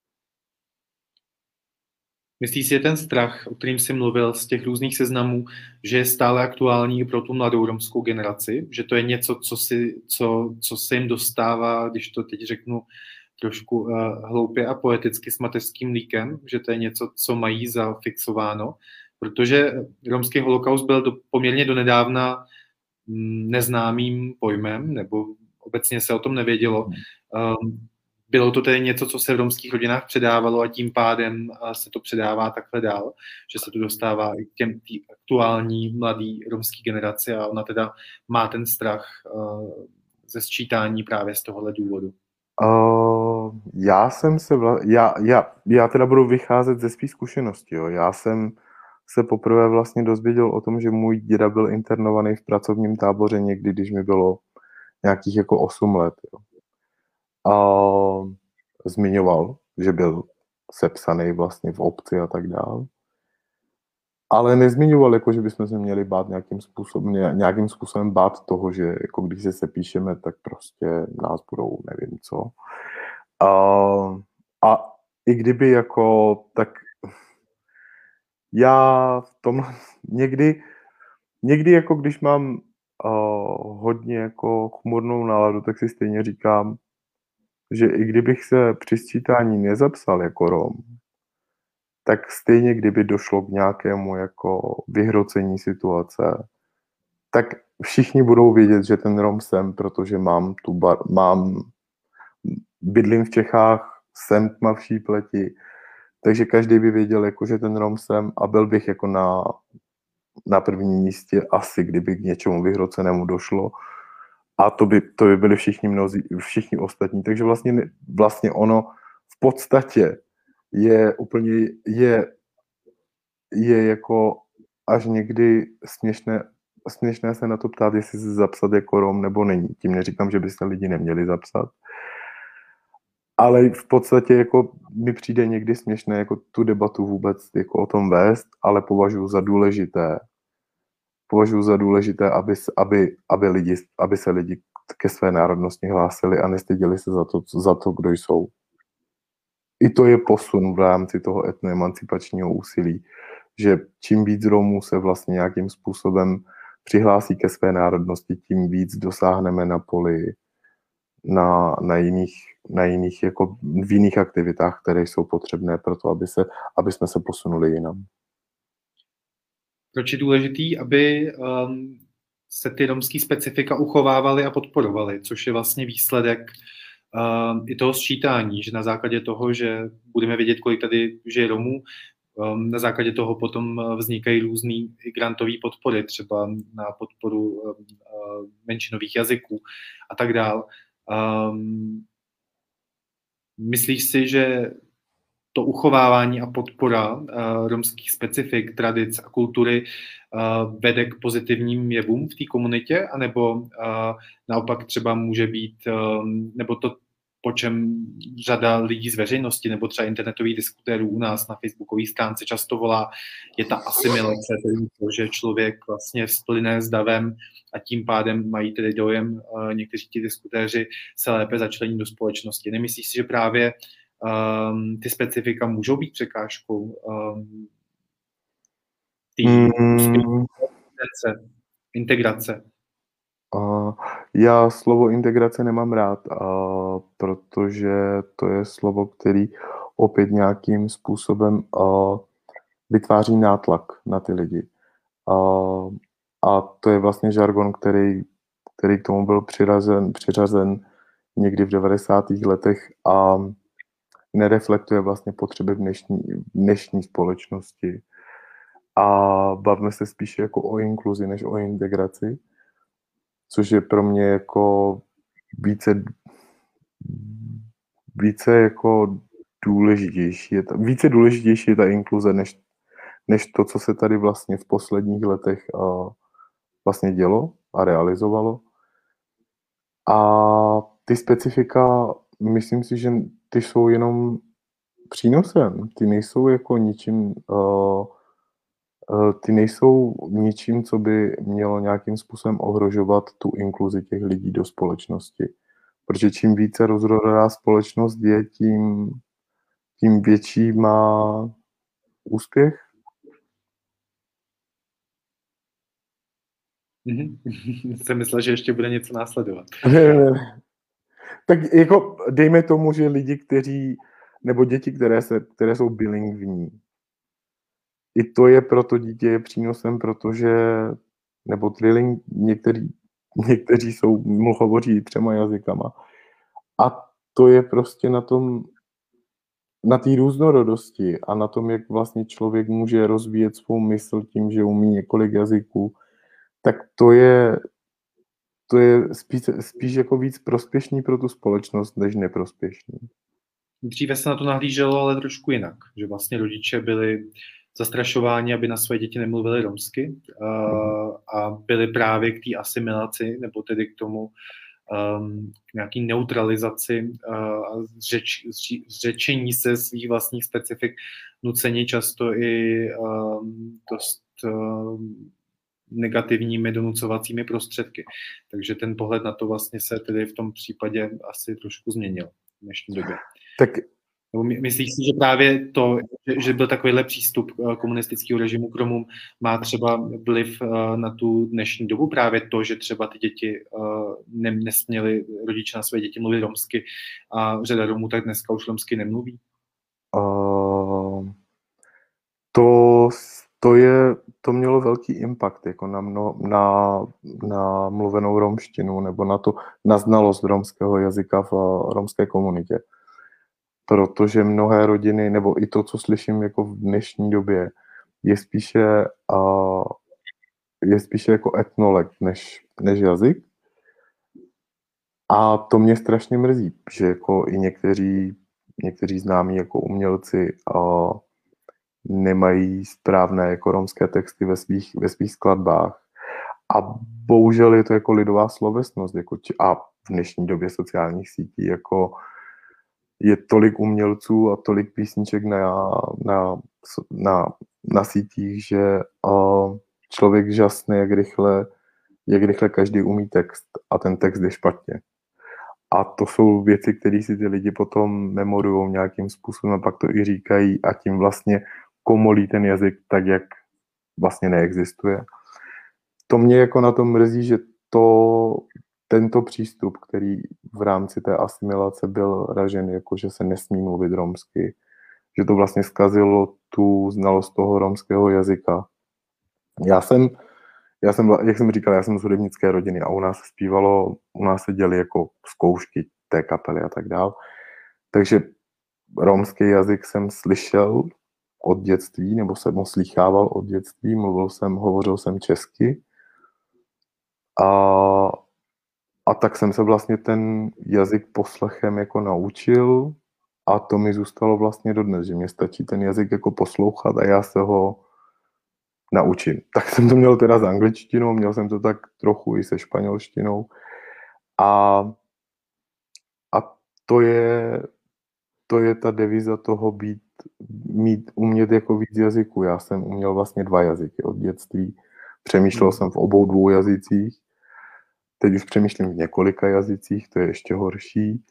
Myslíš si, že ten strach, o kterým jsi mluvil z těch různých seznamů, že je stále aktuální i pro tu mladou romskou generaci? Že to je něco, co se jim dostává, když to teď řeknu trošku hloupě a poeticky s mateřským líkem, že to je něco, co mají zafixováno? Protože romský holokaust byl poměrně donedávna neznámým pojmem, nebo obecně se o tom nevědělo. Bylo to tedy něco, co se v romských rodinách předávalo a tím pádem se to předává takhle dál, že se to dostává i k těm aktuální mladý romský generaci a ona teda má ten strach ze sčítání právě z tohohle důvodu. Já teda budu vycházet ze svých zkušeností. Jo. Já jsem se poprvé vlastně dozvěděl o tom, že můj děda byl internovaný v pracovním táboře někdy, když mi bylo nějakých jako 8 let. Jo. A zmiňoval, že byl sepsaný vlastně v obci a tak dále. Ale nezmiňoval, jako, že bychom se měli bát nějakým způsobem bát toho, že jako když se sepíšeme, tak prostě nás budou nevím co. A i kdyby jako, tak já v tom někdy jako když mám hodně jako chmurnou náladu, tak si stejně říkám, že i kdybych se při sčítání nezapsal jako Rom, tak stejně kdyby došlo k nějakému jako vyhrocení situace, tak všichni budou vědět, že ten Rom jsem, protože bydlím v Čechách, jsem tmavší pleti, takže každý by věděl, jako, že ten Rom jsem a byl bych jako na prvním místě asi, kdyby k něčemu vyhrocenému došlo. A to by byli všichni ostatní. Takže vlastně ono v podstatě je jako až někdy směšné se na to ptát, jestli se zapsat jako Rom nebo není. Tím neříkám, že by se lidi neměli zapsat. Ale v podstatě jako mi přijde někdy směšné jako tu debatu vůbec jako o tom vést, ale považuji za důležité, aby se lidi ke své národnosti hlásili a nestyděli se za to, kdo jsou. I to je posun v rámci toho etnoemancipačního úsilí, že čím víc Romů se vlastně nějakým způsobem přihlásí ke své národnosti, tím víc dosáhneme na poli na jiných jako v jiných aktivitách, které jsou potřebné pro to, aby jsme se posunuli jinam. Proč je důležitý, aby se ty romský specifika uchovávaly a podporovaly, což je vlastně výsledek i toho sčítání, že na základě toho, že budeme vědět, kolik tady žije Romů, na základě toho potom vznikají různé grantové podpory, třeba na podporu menšinových jazyků a tak dál. Myslíš si, že to uchovávání a podpora romských specifik, tradic a kultury vede k pozitivním jevům v té komunitě, anebo naopak třeba může být, nebo to, po čem řada lidí z veřejnosti nebo třeba internetových diskutérů u nás na facebookové stránce často volá, je ta asimilace, tedy to, že člověk vlastně vzplyne s davem a tím pádem mají tedy dojem někteří ti diskutéři se lépe začlení do společnosti. Nemyslíš si, že právě ty specifika můžou být překážkou integrace? Já slovo integrace nemám rád, protože to je slovo, který opět nějakým způsobem vytváří nátlak na ty lidi. A to je vlastně žargon, který k tomu byl přiřazen někdy v 90. letech a nereflektuje vlastně potřeby dnešní společnosti. A bavíme se spíše jako o inkluzi, než o integraci, což je pro mě jako více jako důležitější. Více důležitější je ta inkluze, než to, co se tady vlastně v posledních letech vlastně dělo a realizovalo. A ty specifika, myslím si, že ty jsou jenom přínosem. Ty nejsou jako ničím, co by mělo nějakým způsobem ohrožovat tu inkluzi těch lidí do společnosti. Protože čím více rozrodá společnost je, tím větší má úspěch. Jsem myslel, že ještě bude něco následovat. Tak jako dejme tomu, že lidi, nebo děti, které jsou bilingvní, i to je pro to dítě je přínosem, protože, nebo triling, někteří hovoří 3 jazykama. A to je prostě na té různorodosti a na tom, jak vlastně člověk může rozvíjet svou mysl tím, že umí několik jazyků, tak to je spíš jako víc prospěšný pro tu společnost, než neprospěšný. Dříve se na to nahlíželo, ale trošku jinak, že vlastně rodiče byli zastrašováni, aby na své děti nemluvili romsky a byli právě k té asimilaci, nebo tedy k tomu k nějaký neutralizaci a zřečení se svých vlastních specifik nuceni často i dost negativními donucovacími prostředky. Takže ten pohled na to vlastně se tedy v tom případě asi trošku změnil v dnešní době. Tak myslíš si, že právě to, že byl takovýhle přístup komunistického režimu k Romům, má třeba vliv na tu dnešní dobu? Právě to, že třeba ty děti nesměli rodiče na své děti mluvit romsky a řada Romů tak dneska už romsky nemluví? To mělo velký impact jako na mluvenou romštinu nebo na znalost romského jazyka v romské komunitě. Protože mnohé rodiny, nebo i to, co slyším jako v dnešní době, je spíše jako etnolog než jazyk. A to mě strašně mrzí, že jako i někteří známí jako umělci nemají správné jako romské texty ve svých skladbách. A bohužel je to jako lidová slovesnost. A v dnešní době sociálních sítí jako je tolik umělců a tolik písniček na sítích, že člověk žasne, jak rychle každý umí text a ten text je špatně. A to jsou věci, které si ty lidi potom memorujou nějakým způsobem a pak to i říkají a tím vlastně komolí ten jazyk tak, jak vlastně neexistuje. To mě jako na tom mrzí, že tento přístup, který v rámci té asimilace byl ražen, jako že se nesmí mluvit romsky, že to vlastně zkazilo tu znalost toho romského jazyka. Já jsem, jak jsem říkal, já jsem z hudebnické rodiny a u nás se děly jako zkoušky té kapely a tak dál. Takže romský jazyk jsem slyšel od dětství, nebo jsem ho slýchával od dětství, hovořil jsem česky. A tak jsem se vlastně ten jazyk poslechem jako naučil a to mi zůstalo vlastně dodnes, že mě stačí ten jazyk jako poslouchat a já se ho naučím. Tak jsem to měl teda s angličtinou, měl jsem to tak trochu i se španělštinou a to je ta deviza toho umět jako víc jazyků. Já jsem uměl vlastně 2 jazyky od dětství. Přemýšlel jsem v obou 2 jazycích. Teď už přemýšlím v několika jazycích, to je ještě horší.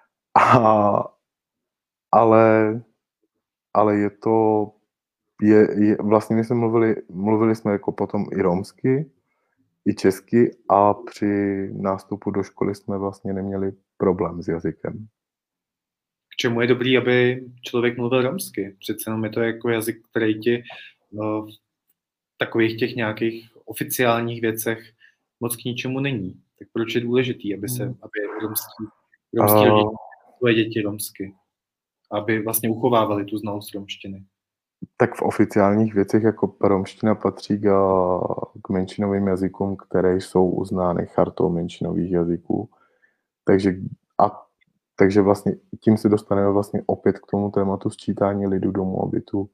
Ale je to... vlastně my jsme mluvili jsme jako potom i romsky, i česky a při nástupu do školy jsme vlastně neměli problém s jazykem. k čemu je dobrý, aby člověk mluvil romsky? Přece jenom je to jako jazyk, který ti v takových těch nějakých oficiálních věcech moc k ničemu není. Tak proč je důležitý, aby romský lidi svoje děti romsky, aby vlastně uchovávali tu znalost romštiny? Tak v oficiálních věcech jako romština patří k menšinovým jazykům, které jsou uznány chartou menšinových jazyků. Takže vlastně tím se dostaneme vlastně opět k tomu tématu sčítání lidu, domu a bytu.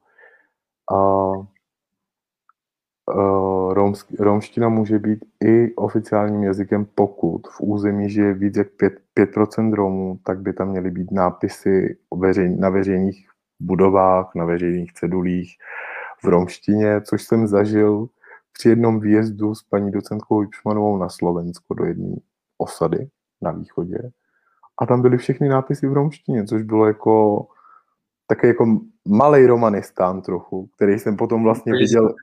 Romština může být i oficiálním jazykem, pokud v území žije víc jak 5% Romů, tak by tam měly být nápisy na veřejných budovách, na veřejných cedulích v romštině, což jsem zažil při jednom výjezdu s paní docentkou Hipšmanovou na Slovensko do jedné osady na východě. A tam byly všechny nápisy v romštině, což bylo jako taky jako malej romanistán trochu, který jsem potom vlastně viděl.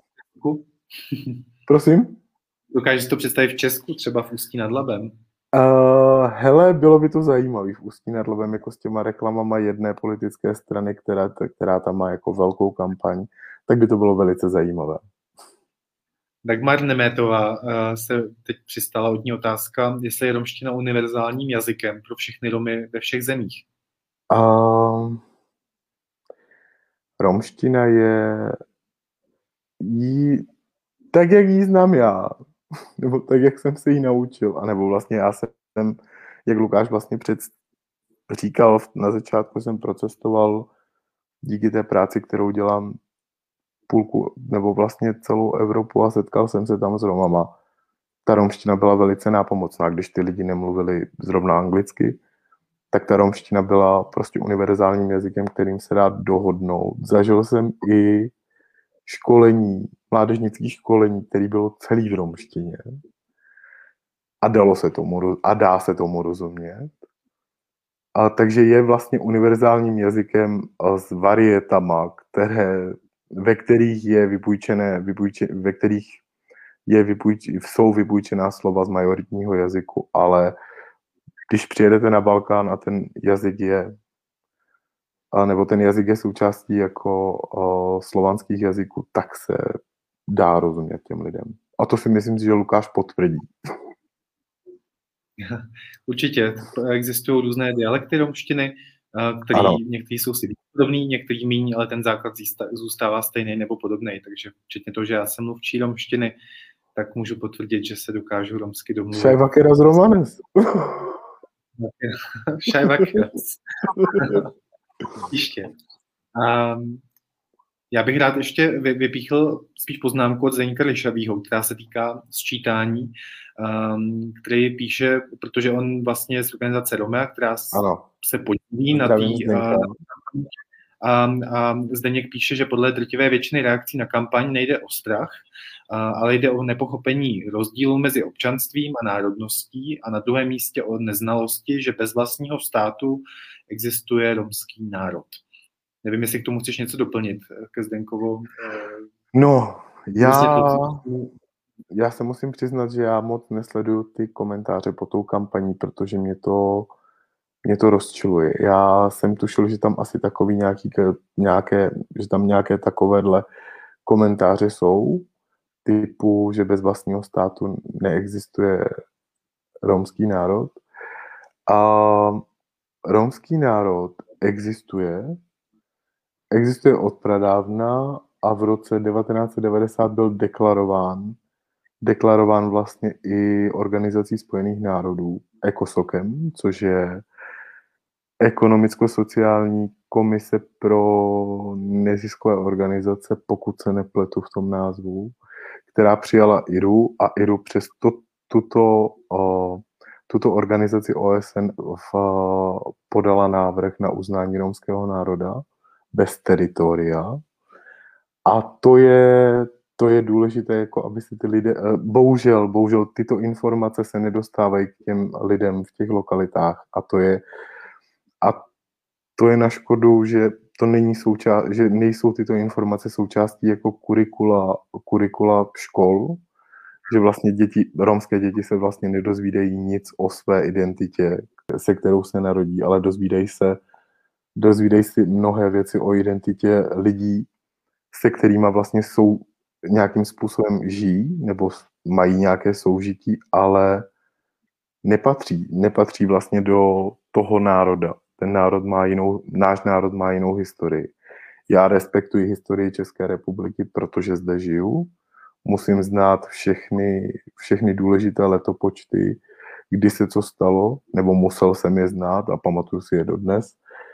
Prosím? Dokážeš si to představit v Česku, třeba v Ústí nad Labem? Hele, bylo by to zajímavé v Ústí nad Labem jako s těma reklamama jedné politické strany, která tam má jako velkou kampaň, tak by to bylo velice zajímavé. Dagmar Nemetová se teď přistala od ní otázka, jestli je romština univerzálním jazykem pro všechny Romy ve všech zemích. Romština je tak, jak ji znám já, nebo tak, jak jsem se ji naučil, anebo vlastně já jsem, jak Lukáš vlastně říkal na začátku, jsem procestoval díky té práci, kterou dělám půlku, nebo vlastně celou Evropu a setkal jsem se tam s Romama. Ta romština byla velice nápomocná, když ty lidi nemluvili zrovna anglicky, tak ta romština byla prostě univerzálním jazykem, kterým se dá dohodnout. Zažil jsem i mládežnických školení, které bylo celý v romštině. A dá se tomu rozumět. Takže je vlastně univerzálním jazykem s varietama, ve kterých jsou vypůjčená slova z majoritního jazyku, ale když přijedete na Balkán a ten jazyk je součástí jako slovanských jazyků, tak se dá rozumět těm lidem. A to si myslím, že Lukáš potvrdí. Určitě. Existují různé dialekty romštiny, některý jsou si podobný, některý míň, ale ten základ zůstává stejný nebo podobný. Takže včetně toho, že já jsem mluvčí romštiny, tak můžu potvrdit, že se dokážu romsky domluvit. Šajvakeras Romanes. Šajvakeras. Ještě. Já bych rád ještě vypíchl spíš poznámku od Zdeňka Lišavýho, která se týká sčítání, který píše, protože on vlastně je z organizace Roma, která se podílí na té... A Zdeněk píše, že podle drtivé většiny reakcí na kampaň nejde o strach, ale jde o nepochopení rozdílu mezi občanstvím a národností a na druhém místě o neznalosti, že bez vlastního státu existuje romský národ. Nevím, jestli k tomu chceš něco doplnit, ke Zdenkovu. No, já se musím přiznat, že já moc nesleduju ty komentáře po tou kampaní, protože mě to rozčiluje. Já jsem tušil, že tam asi takový nějaké takovéhle komentáře jsou, typu, že bez vlastního státu neexistuje romský národ. A romský národ existuje od pradávna a v roce 1990 byl deklarován vlastně i Organizací spojených národů, ECOSOCem, což je Ekonomicko-sociální komise pro neziskové organizace, pokud se nepletu v tom názvu, která přijala IRU a IRU přes tuto organizaci OSN podala návrh na uznání romského národa bez teritoria. A to je důležité, jako aby si ty lidé, bohužel tyto informace se nedostávají k těm lidem v těch lokalitách a to je na škodu, že to není že nejsou tyto informace součástí jako kurikula škol, že vlastně romské děti se vlastně nedozvídají nic o své identitě, se kterou se narodí, ale dozvídají se dozvídají si mnohé věci o identitě lidí, se kterými vlastně jsou nějakým způsobem žijí nebo mají nějaké soužití, ale nepatří vlastně do toho národa. Ten národ má náš národ má jinou historii. Já respektuji historii České republiky, protože zde žiju. Musím znát všechny důležité letopočty, kdy se co stalo, nebo musel jsem je znát a pamatuju si je dodnes.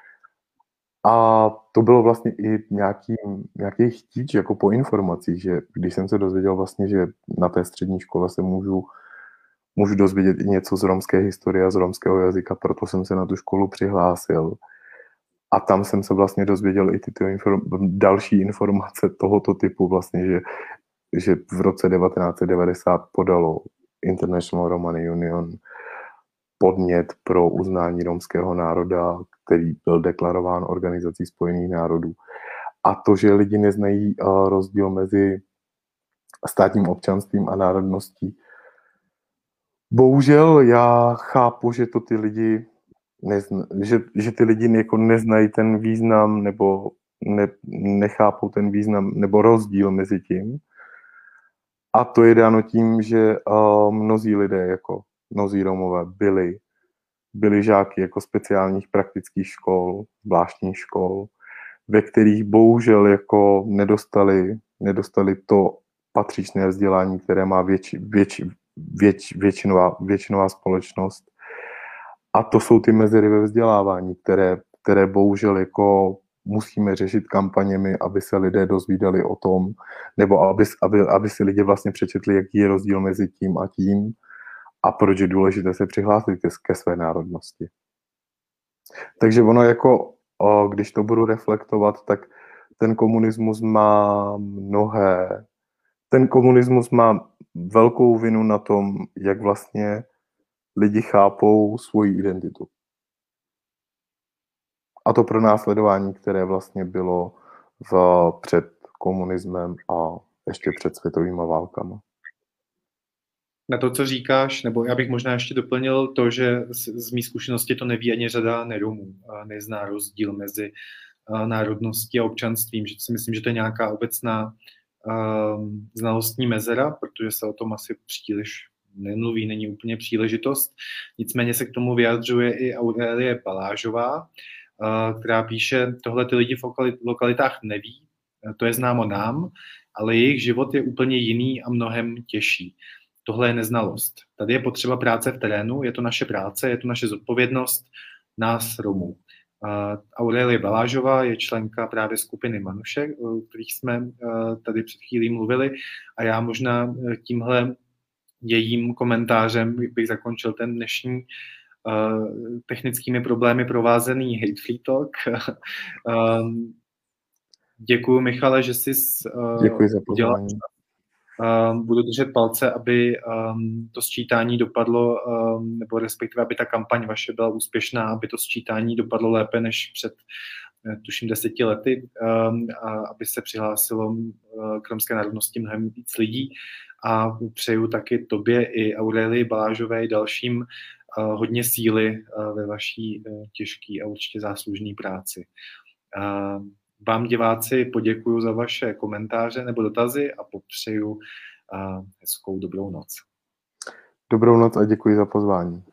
A to bylo vlastně i nějaký chtíč jako po informacích, že když jsem se dozvěděl vlastně, že na té střední škole se můžu dozvědět i něco z romské historie a z romského jazyka, proto jsem se na tu školu přihlásil. A tam jsem se vlastně dozvěděl i tyto další informace tohoto typu vlastně, že v roce 1990 podalo International Romani Union podnět pro uznání romského národa, který byl deklarován Organizací spojených národů. A to, že lidi neznají rozdíl mezi státním občanstvím a národností, bohužel já chápu, že to ty lidi že ty lidi jako neznají ten význam nebo nechápou ten význam nebo rozdíl mezi tím. A to je dáno tím, že mnozí lidé, jako mnozí Romové, byli žáky jako speciálních praktických škol, zvláštních škol, ve kterých bohužel jako nedostali to patřičné vzdělání, které má většinová společnost. A to jsou ty mezery ve vzdělávání, které bohužel jako musíme řešit kampaněmi, aby se lidé dozvídali o tom, nebo aby si lidi vlastně přečetli, jaký je rozdíl mezi tím a tím a proč je důležité se přihlásit ke své národnosti. Takže ono jako, když to budu reflektovat, tak ten komunismus má velkou vinu na tom, jak vlastně lidi chápou svoji identitu. A to pronásledování, které vlastně bylo před komunismem a ještě před světovýma válkama. Na to, co říkáš, nebo já bych možná ještě doplnil to, že z mý zkušenosti to neví ani řada neromů, nezná rozdíl mezi národností a občanstvím, že si myslím, že to je nějaká obecná znalostní mezera, protože se o tom asi příliš nemluví, není úplně příležitost. Nicméně se k tomu vyjadřuje i Aurelie Balážová, která píše, tohle ty lidi v lokalitách neví, to je známo nám, ale jejich život je úplně jiný a mnohem těžší. Tohle je neznalost. Tady je potřeba práce v terénu, je to naše práce, je to naše zodpovědnost nás Romů. Aurelie Balážová je členka právě skupiny Manuše, o kterých jsme tady před chvílí mluvili, a já možná tímhle jejím komentářem bych zakončil ten dnešní technickými problémy provázený Hatefree Talk. Děkuji, Michale, že jsi Děkuji za pozvání. Budu držet palce, aby to sčítání dopadlo, nebo respektive, aby ta kampaň vaše byla úspěšná, aby to sčítání dopadlo lépe než před, tuším, 10 lety, a aby se přihlásilo k romské národnosti mnohem víc lidí. A přeju taky tobě i Aurelii Balážové i dalším hodně síly ve vaší těžké a určitě záslužné práci. Vám, diváci, poděkuju za vaše komentáře nebo dotazy a popřeju hezkou dobrou noc. Dobrou noc a děkuji za pozvání.